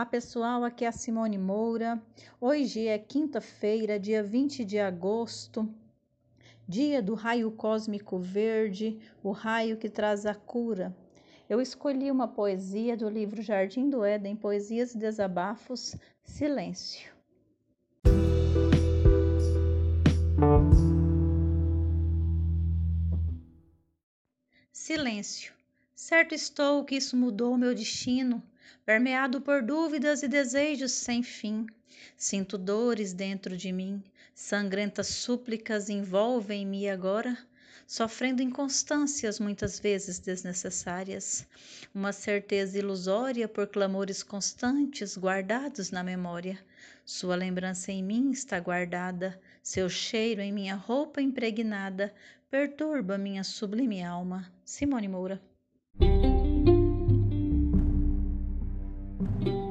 pessoal, aqui é a Simone Moura. Hoje é quinta-feira, dia 20 de agosto, dia do raio cósmico verde, o raio que traz a cura. Eu escolhi uma poesia do livro Jardim do Éden, Poesias e Desabafos, Silêncio. Silêncio. Certo estou que isso mudou meu destino, permeado por dúvidas e desejos sem fim. Sinto dores dentro de mim, sangrentas súplicas envolvem-me agora, sofrendo inconstâncias muitas vezes desnecessárias. Uma certeza ilusória por clamores constantes guardados na memória. Sua lembrança em mim está guardada, seu cheiro em minha roupa impregnada, perturba minha sublime alma. Simone Moura.